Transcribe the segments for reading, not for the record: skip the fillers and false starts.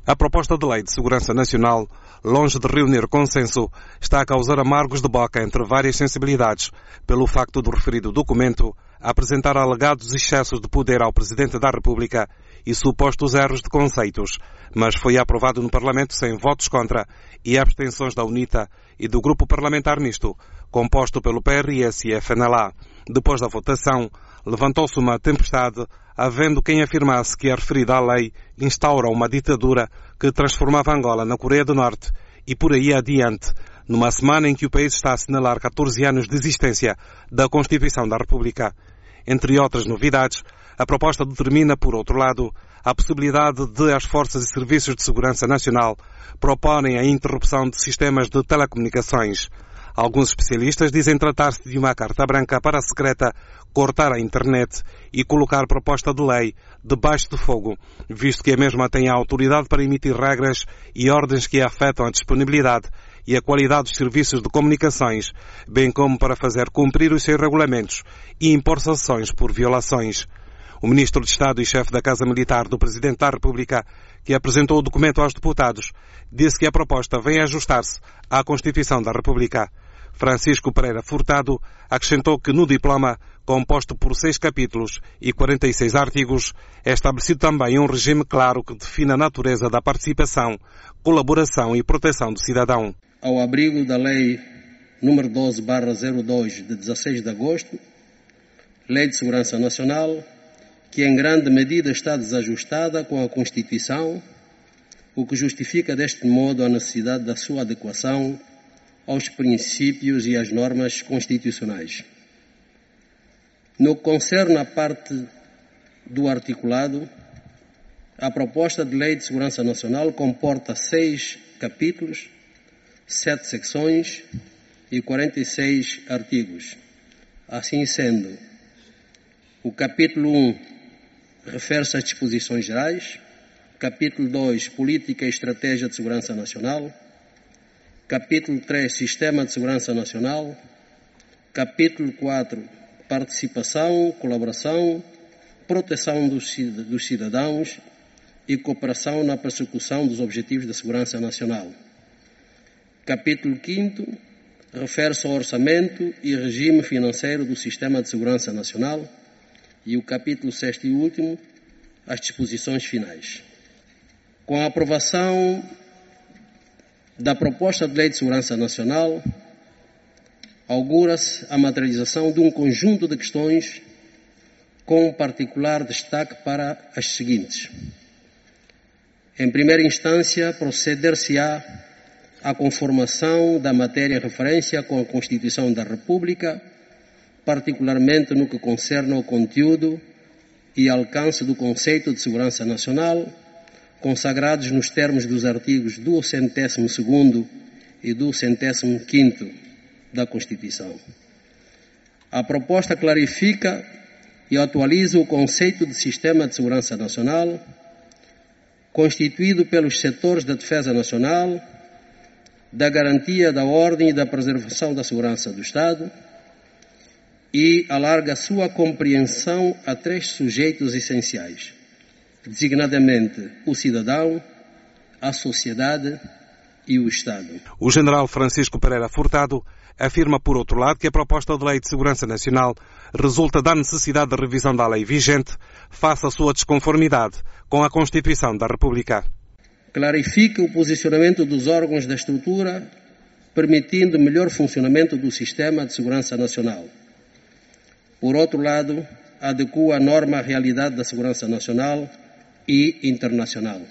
A proposta de lei de segurança nacional, longe de reunir consenso, está a causar amargos de boca entre várias sensibilidades, pelo facto do referido documento apresentar alegados excessos de poder ao Presidente da República e supostos erros de conceitos, mas foi aprovado no Parlamento sem votos contra e abstenções da UNITA e do Grupo Parlamentar Misto, composto pelo PRS e FNLA. Depois da votação, levantou-se uma tempestade, havendo quem afirmasse que a referida lei instaura uma ditadura que transformava Angola na Coreia do Norte e por aí adiante, numa semana em que o país está a assinalar 14 anos de existência da Constituição da República. Entre outras novidades, a proposta determina, por outro lado, a possibilidade de as forças e serviços de segurança nacional proporem a interrupção de sistemas de telecomunicações. Alguns especialistas dizem tratar-se de uma carta branca para a secreta cortar a internet e colocar proposta de lei debaixo de fogo, visto que a mesma tem a autoridade para emitir regras e ordens que afetam a disponibilidade e a qualidade dos serviços de comunicações, bem como para fazer cumprir os seus regulamentos e impor sanções por violações. O Ministro de Estado e chefe da Casa Militar do Presidente da República, que apresentou o documento aos deputados, disse que a proposta vem ajustar-se à Constituição da República. Francisco Pereira Furtado acrescentou que no diploma, composto por 6 capítulos e 46 artigos, é estabelecido também um regime claro que define a natureza da participação, colaboração e proteção do cidadão. Ao abrigo da Lei nº 12/02 de 16 de agosto, Lei de Segurança Nacional, que em grande medida está desajustada com a Constituição, o que justifica deste modo a necessidade da sua adequação aos princípios e às normas constitucionais. No que concerne à parte do articulado, a proposta de Lei de Segurança Nacional comporta 6 capítulos, 7 secções e 46 artigos. Assim sendo, o capítulo 1 refere-se às disposições gerais, capítulo 2, Política e Estratégia de Segurança Nacional, capítulo 3, Sistema de Segurança Nacional, capítulo 4, Participação, Colaboração, Proteção dos Cidadãos e Cooperação na Persecução dos Objetivos da Segurança Nacional. Capítulo 5, refere-se ao Orçamento e Regime Financeiro do Sistema de Segurança Nacional e o capítulo 6º e último, as disposições finais. Com a aprovação da proposta de Lei de Segurança Nacional, augura-se a materialização de um conjunto de questões com particular destaque para as seguintes. Em primeira instância, proceder-se-á à conformação da matéria em referência com a Constituição da República, particularmente no que concerne ao conteúdo e alcance do conceito de segurança nacional, consagrados nos termos dos artigos do 102º e do 105º da Constituição. A proposta clarifica e atualiza o conceito de Sistema de Segurança Nacional, constituído pelos setores da defesa nacional, da garantia da ordem e da preservação da segurança do Estado, e alarga sua compreensão a 3 sujeitos essenciais, designadamente o cidadão, a sociedade e o Estado. O general Francisco Pereira Furtado afirma, por outro lado, que a proposta de Lei de Segurança Nacional resulta da necessidade de revisão da lei vigente face à sua desconformidade com a Constituição da República. Clarifica o posicionamento dos órgãos da estrutura, permitindo melhor funcionamento do Sistema de Segurança Nacional. Por outro lado, adequa a norma à realidade da segurança nacional e internacional.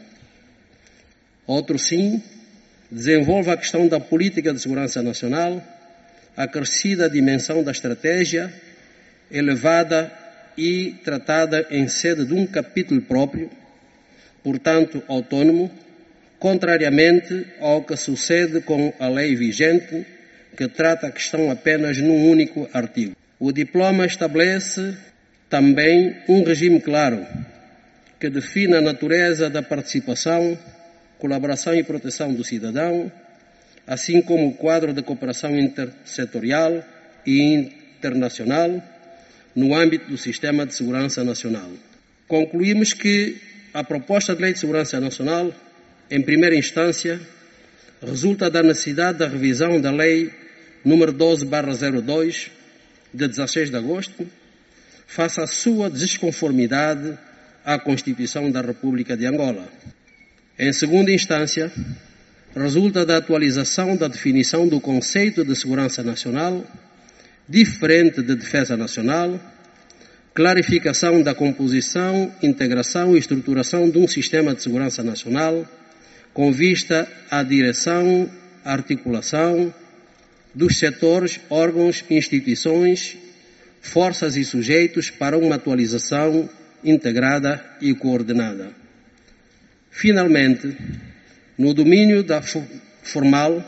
Outro sim, desenvolve a questão da política de segurança nacional, acrescida a dimensão da estratégia, elevada e tratada em sede de um capítulo próprio, portanto autônomo, contrariamente ao que sucede com a lei vigente, que trata a questão apenas num único artigo. O diploma estabelece também um regime claro, que define a natureza da participação, colaboração e proteção do cidadão, assim como o quadro de cooperação intersetorial e internacional no âmbito do Sistema de Segurança Nacional. Concluímos que a proposta de Lei de Segurança Nacional em primeira instância, resulta da necessidade da revisão da Lei nº 12/02, de 16 de agosto, face à sua desconformidade à Constituição da República de Angola. Em segunda instância, resulta da atualização da definição do conceito de segurança nacional, diferente de defesa nacional, clarificação da composição, integração e estruturação de um sistema de segurança nacional, com vista à direção, articulação dos setores, órgãos, instituições, forças e sujeitos para uma atualização integrada e coordenada. Finalmente, no domínio da formal,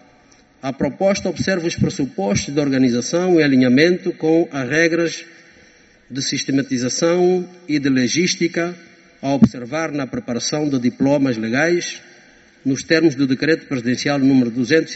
a proposta observa os pressupostos de organização e alinhamento com as regras de sistematização e de logística a observar na preparação de diplomas legais, nos termos do Decreto Presidencial número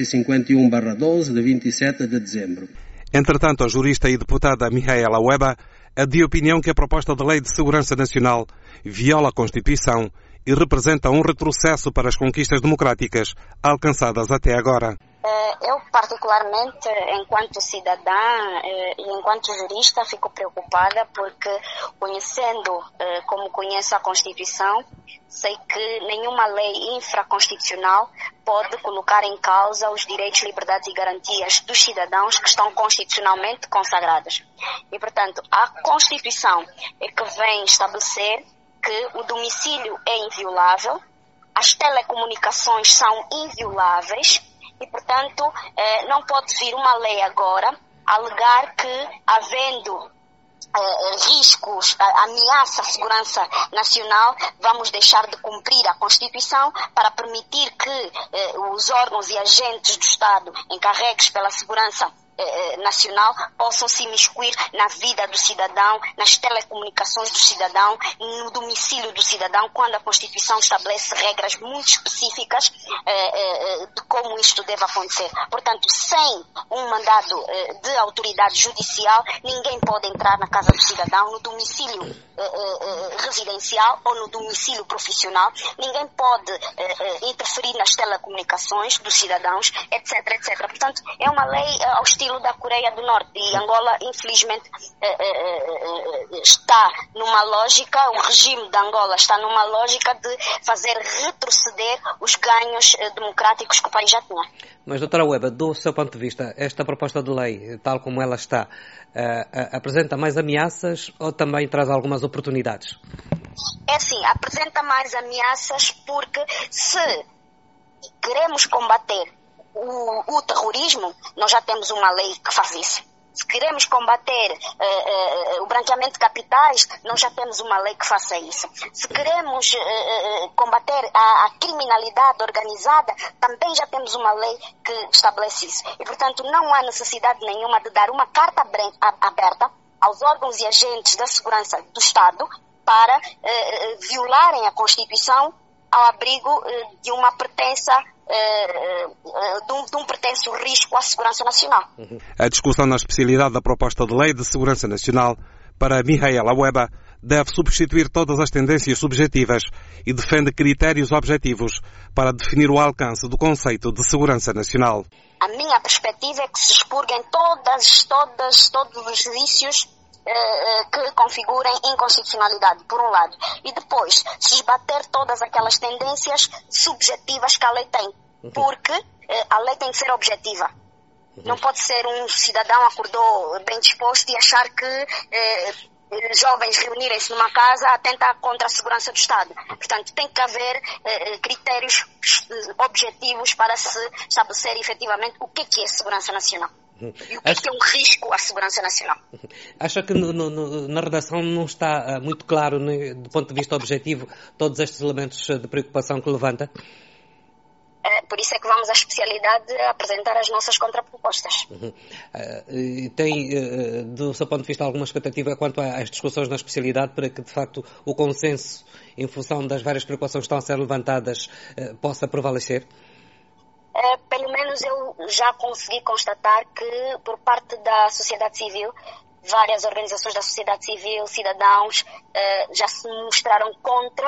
251/12, de 27 de dezembro. Entretanto, a jurista e deputada Mihaela Weba é de opinião que a proposta de Lei de Segurança Nacional viola a Constituição e representa um retrocesso para as conquistas democráticas alcançadas até agora. Eu, particularmente, enquanto cidadã e enquanto jurista, fico preocupada porque, conhecendo como conheço a Constituição, sei que nenhuma lei infraconstitucional pode colocar em causa os direitos, liberdades e garantias dos cidadãos que estão constitucionalmente consagrados. E, portanto, a Constituição é que vem estabelecer que o domicílio é inviolável, as telecomunicações são invioláveis e, portanto, não pode vir uma lei agora alegar que, havendo riscos, ameaça à segurança nacional, vamos deixar de cumprir a Constituição para permitir que os órgãos e agentes do Estado encarregues pela segurança nacional possam se imiscuir na vida do cidadão, nas telecomunicações do cidadão, no domicílio do cidadão, quando a Constituição estabelece regras muito específicas de como isto deve acontecer. Portanto, sem um mandado de autoridade judicial, ninguém pode entrar na casa do cidadão, no domicílio residencial ou no domicílio profissional, ninguém pode interferir nas telecomunicações dos cidadãos, etc, etc. Portanto, é uma lei ao estilo da Coreia do Norte e Angola, infelizmente, está numa lógica, o regime de Angola está numa lógica de fazer retroceder os ganhos democráticos que o país já tinha. Mas, doutora Weba, do seu ponto de vista, esta proposta de lei, tal como ela está, apresenta mais ameaças ou também traz algumas oportunidades? É assim, apresenta mais ameaças porque se queremos combater o terrorismo, nós já temos uma lei que faz isso. Se queremos combater o branqueamento de capitais, nós já temos uma lei que faça isso. Se queremos combater a criminalidade organizada, também já temos uma lei que estabelece isso. E, portanto, não há necessidade nenhuma de dar uma carta aberta aos órgãos e agentes da segurança do Estado para violarem a Constituição ao abrigo de uma pretensa de um pretenso risco à segurança nacional. A discussão na especialidade da proposta de Lei de Segurança Nacional para Mihaela Weba deve substituir todas as tendências subjetivas e defende critérios objetivos para definir o alcance do conceito de segurança nacional. A minha perspectiva é que se expurguem todos os vícios que configurem inconstitucionalidade, por um lado, e depois se esbater todas aquelas tendências subjetivas que a lei tem, porque a lei tem que ser objetiva. Não pode ser um cidadão acordou bem disposto e achar que jovens reunirem-se numa casa atentar contra a segurança do Estado. Portanto, tem que haver critérios objetivos para se estabelecer efetivamente o que é segurança nacional. E o que é um risco à segurança nacional? Acha que na redação não está muito claro, do ponto de vista objetivo, todos estes elementos de preocupação que levanta? Por isso é que vamos à especialidade apresentar as nossas contrapropostas. Tem, do seu ponto de vista, alguma expectativa quanto às discussões na especialidade para que, de facto, o consenso, em função das várias preocupações que estão a ser levantadas, possa prevalecer? Pelo menos eu já consegui constatar que, por parte da sociedade civil, várias organizações da sociedade civil, cidadãos, já se mostraram contra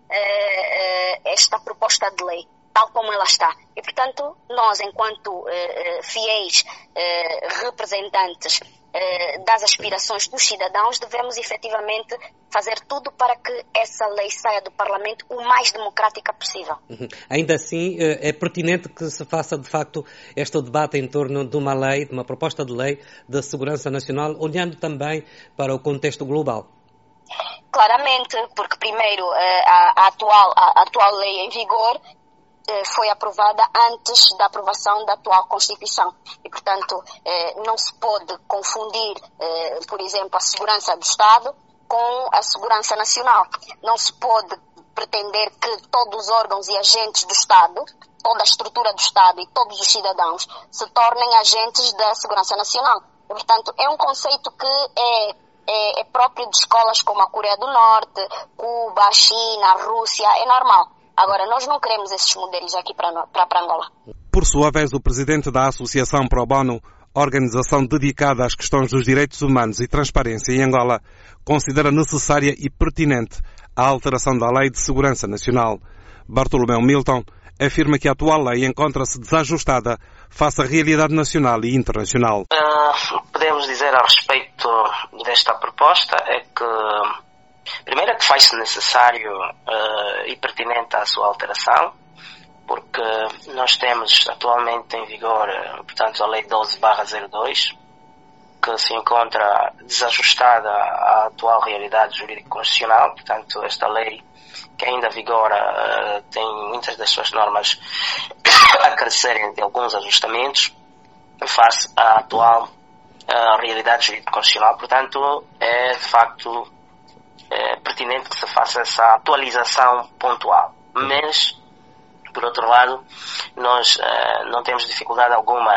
esta proposta de lei, tal como ela está. E, portanto, nós, enquanto fiéis representantes das aspirações dos cidadãos, devemos efetivamente fazer tudo para que essa lei saia do Parlamento o mais democrática possível. Ainda assim, é pertinente que se faça, de facto, este debate em torno de uma lei, de uma proposta de lei da segurança nacional, olhando também para o contexto global. Claramente, porque primeiro a atual lei em vigor foi aprovada antes da aprovação da atual Constituição e, portanto, não se pode confundir, por exemplo, a segurança do Estado com a segurança nacional. Não se pode pretender que todos os órgãos e agentes do Estado, toda a estrutura do Estado e todos os cidadãos se tornem agentes da segurança nacional. E, portanto, é um conceito que é próprio de escolas como a Coreia do Norte, Cuba, a China, a Rússia, é normal. Agora, nós não queremos esses modelos aqui para Angola. Por sua vez, o presidente da Associação Pro Bono, organização dedicada às questões dos direitos humanos e transparência em Angola, considera necessária e pertinente a alteração da Lei de Segurança Nacional. Bartolomeu Milton afirma que a atual lei encontra-se desajustada face à realidade nacional e internacional. Podemos dizer a respeito desta proposta é que primeiro é que faz-se necessário e pertinente a sua alteração, porque nós temos atualmente em vigor, portanto, a Lei 12/02, que se encontra desajustada à atual realidade jurídico-constitucional. Portanto, esta lei que ainda vigora tem muitas das suas normas a carecerem de alguns ajustamentos face à atual realidade jurídico-constitucional. Portanto, é de facto pertinente que se faça essa atualização pontual. Mas, por outro lado, nós não temos dificuldade alguma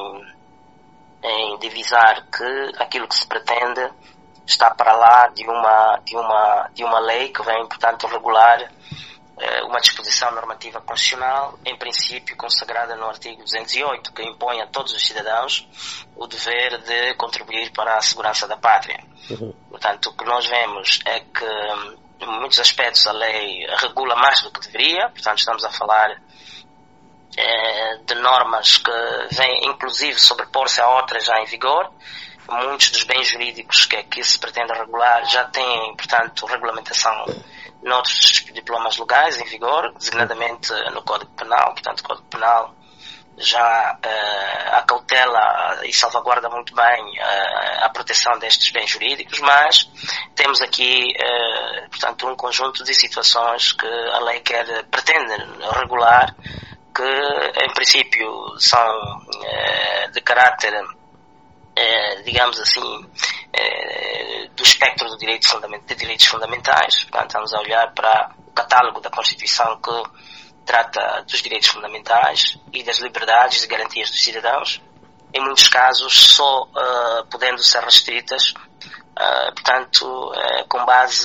em divisar que aquilo que se pretende está para lá de uma lei que vem, portanto, regular uma disposição normativa constitucional, em princípio consagrada no artigo 208, que impõe a todos os cidadãos o dever de contribuir para a segurança da pátria. Portanto, o que nós vemos é que, em muitos aspectos, a lei regula mais do que deveria. Portanto, estamos a falar de normas que vêm, inclusive, sobrepor-se a outras já em vigor. Muitos dos bens jurídicos que aqui se pretende regular já têm, portanto, regulamentação noutros diplomas legais em vigor, designadamente no Código Penal. Portanto, o Código Penal já acautela e salvaguarda muito bem a proteção destes bens jurídicos, mas temos aqui, portanto, um conjunto de situações que a lei pretende regular, que em princípio são de caráter, digamos assim, do espectro de direitos fundamentais. Portanto, estamos a olhar para o catálogo da Constituição que trata dos direitos fundamentais e das liberdades e garantias dos cidadãos, em muitos casos só podendo ser restritas, portanto, com base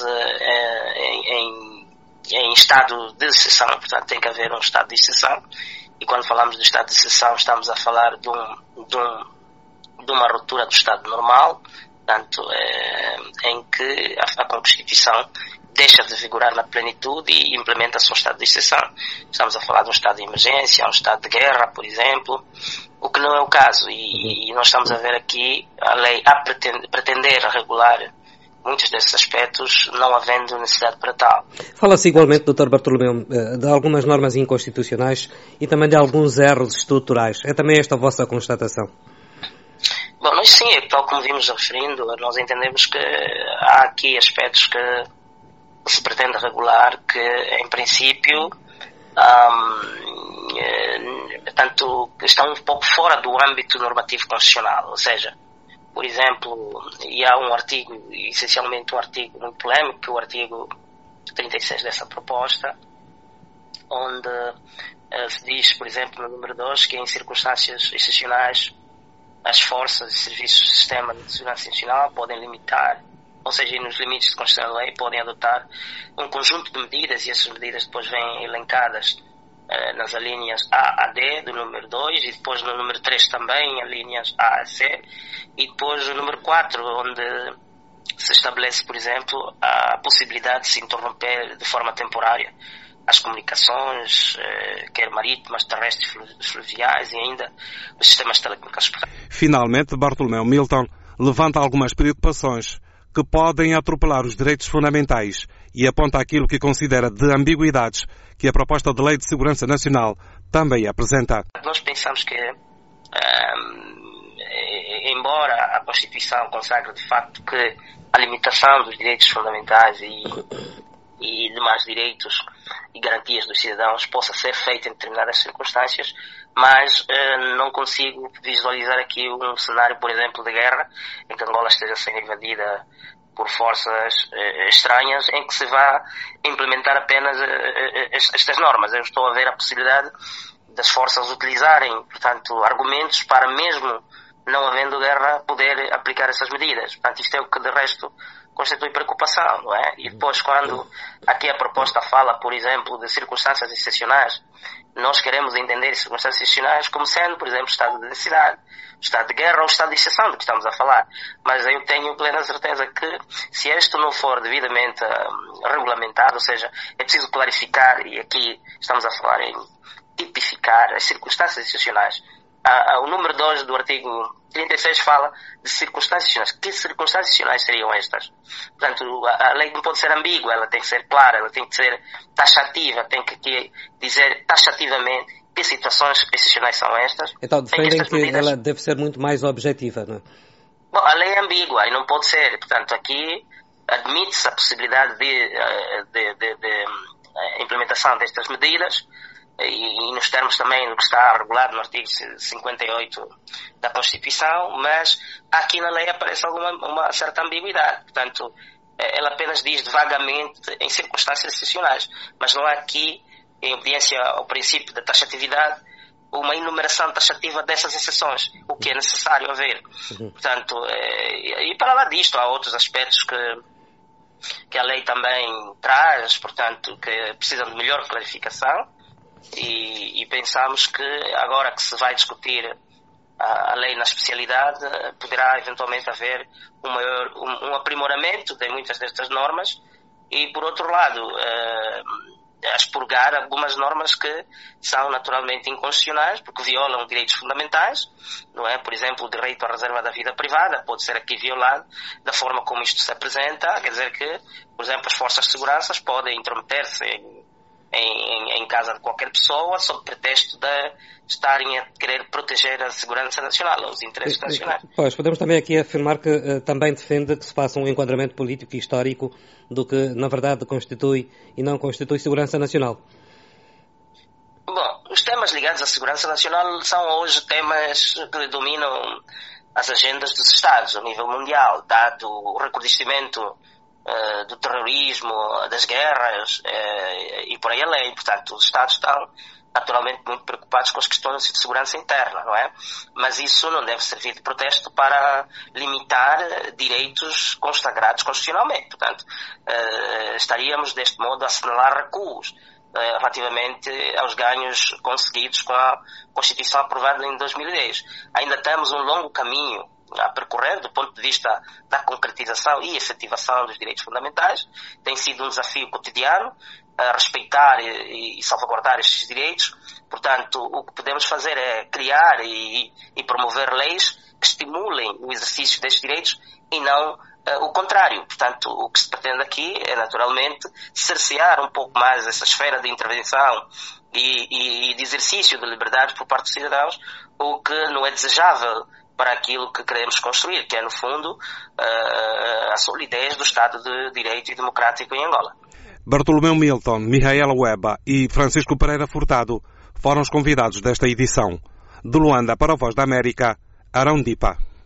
em estado de exceção. Portanto, tem que haver um estado de exceção, e quando falamos do estado de exceção estamos a falar de uma ruptura do estado normal, portanto, em que a Constituição deixa de vigorar na plenitude e implementa-se um estado de exceção. Estamos a falar de um estado de emergência, um estado de guerra, por exemplo, o que não é o caso, e nós estamos a ver aqui a lei a pretender regular muitos desses aspectos, não havendo necessidade para tal. Fala-se igualmente, Dr. Bartolomeu, de algumas normas inconstitucionais e também de alguns erros estruturais. É também esta a vossa constatação? Bom, nós sim, tal como vimos referindo, nós entendemos que há aqui aspectos que se pretende regular que, em princípio, portanto, estão um pouco fora do âmbito normativo constitucional. Ou seja, por exemplo, e há um artigo, essencialmente um artigo muito polémico, que é o artigo 36 dessa proposta, onde se diz, por exemplo, no número 2, que em circunstâncias excepcionais as forças e serviços do Sistema de Segurança Nacional podem limitar, ou seja, nos limites de Constituição da lei, podem adotar um conjunto de medidas, e essas medidas depois vêm elencadas nas alíneas A a D do número 2, e depois no número 3 também, em alíneas A a C, e depois o número 4, onde se estabelece, por exemplo, a possibilidade de se interromper de forma temporária as comunicações, quer marítimas, terrestres, fluviais e ainda os sistemas telecomunicações. Finalmente, Bartolomeu Milton levanta algumas preocupações que podem atropelar os direitos fundamentais e aponta aquilo que considera de ambiguidades que a proposta de Lei de Segurança Nacional também apresenta. Nós pensamos que, embora a Constituição consagre de facto que a limitação dos direitos fundamentais e demais direitos e garantias dos cidadãos possa ser feita em determinadas circunstâncias, mas não consigo visualizar aqui um cenário, por exemplo, de guerra, em que Angola esteja sendo invadida por forças estranhas, em que se vá implementar apenas estas normas. Eu estou a ver a possibilidade das forças utilizarem, portanto, argumentos para, mesmo não havendo guerra, poder aplicar essas medidas. Portanto, isto é o que, de resto, constitui preocupação, não é? E depois, quando aqui a proposta fala, por exemplo, de circunstâncias excepcionais, nós queremos entender circunstâncias excepcionais como sendo, por exemplo, estado de necessidade, estado de guerra ou estado de exceção do que estamos a falar. Mas eu tenho plena certeza que, se isto não for devidamente regulamentado, ou seja, é preciso clarificar, e aqui estamos a falar em tipificar as circunstâncias excepcionais. O número 2 do artigo 36 fala de circunstâncias excepcionais. Que circunstâncias excepcionais seriam estas? Portanto, a lei não pode ser ambígua, ela tem que ser clara, ela tem que ser taxativa, tem que dizer taxativamente que situações excepcionais são estas. Então, defendem que medidas... ela deve ser muito mais objetiva, não é? Bom, a lei é ambígua e não pode ser. Portanto, aqui admite-se a possibilidade de implementação destas medidas, e nos termos também do que está regulado no artigo 58 da Constituição, mas aqui na lei aparece uma certa ambiguidade. Portanto, ela apenas diz vagamente em circunstâncias excepcionais, mas não há aqui, em obediência ao princípio da taxatividade, uma enumeração taxativa dessas exceções, o que é necessário haver. Portanto, e para lá disto, há outros aspectos que a lei também traz, portanto, que precisam de melhor clarificação. E pensamos que agora que se vai discutir a lei na especialidade, poderá eventualmente haver um aprimoramento de muitas destas normas e, por outro lado, expurgar algumas normas que são naturalmente inconstitucionais porque violam direitos fundamentais, não é? Por exemplo, o direito à reserva da vida privada pode ser aqui violado da forma como isto se apresenta, quer dizer que, por exemplo, as forças de segurança podem intrometer-se em casa de qualquer pessoa sob pretexto de estarem a querer proteger a segurança nacional, os interesses nacionais. Pois, podemos também aqui afirmar que também defende que se faça um enquadramento político e histórico do que, na verdade, constitui e não constitui segurança nacional. Bom, os temas ligados à segurança nacional são hoje temas que dominam as agendas dos Estados a nível mundial, dado o recrudescimento do terrorismo, das guerras e por aí além. Portanto, os Estados estão naturalmente muito preocupados com as questões de segurança interna, não é? Mas isso não deve servir de protesto para limitar direitos consagrados constitucionalmente. Portanto, estaríamos deste modo a assinalar recuos relativamente aos ganhos conseguidos com a Constituição aprovada em 2010. Ainda temos um longo caminho a percorrer do ponto de vista da concretização e efetivação dos direitos fundamentais. Tem sido um desafio cotidiano respeitar e salvaguardar estes direitos. Portanto, o que podemos fazer é criar e promover leis que estimulem o exercício destes direitos e não o contrário. Portanto, o que se pretende aqui é naturalmente cercear um pouco mais essa esfera de intervenção e de exercício de liberdade por parte dos cidadãos, o que não é desejável para aquilo que queremos construir, que é, no fundo, a solidez do Estado de Direito e Democrático em Angola. Bartolomeu Milton, Mihaela Weba e Francisco Pereira Furtado foram os convidados desta edição. De Luanda para a Voz da América, Arão Dipa.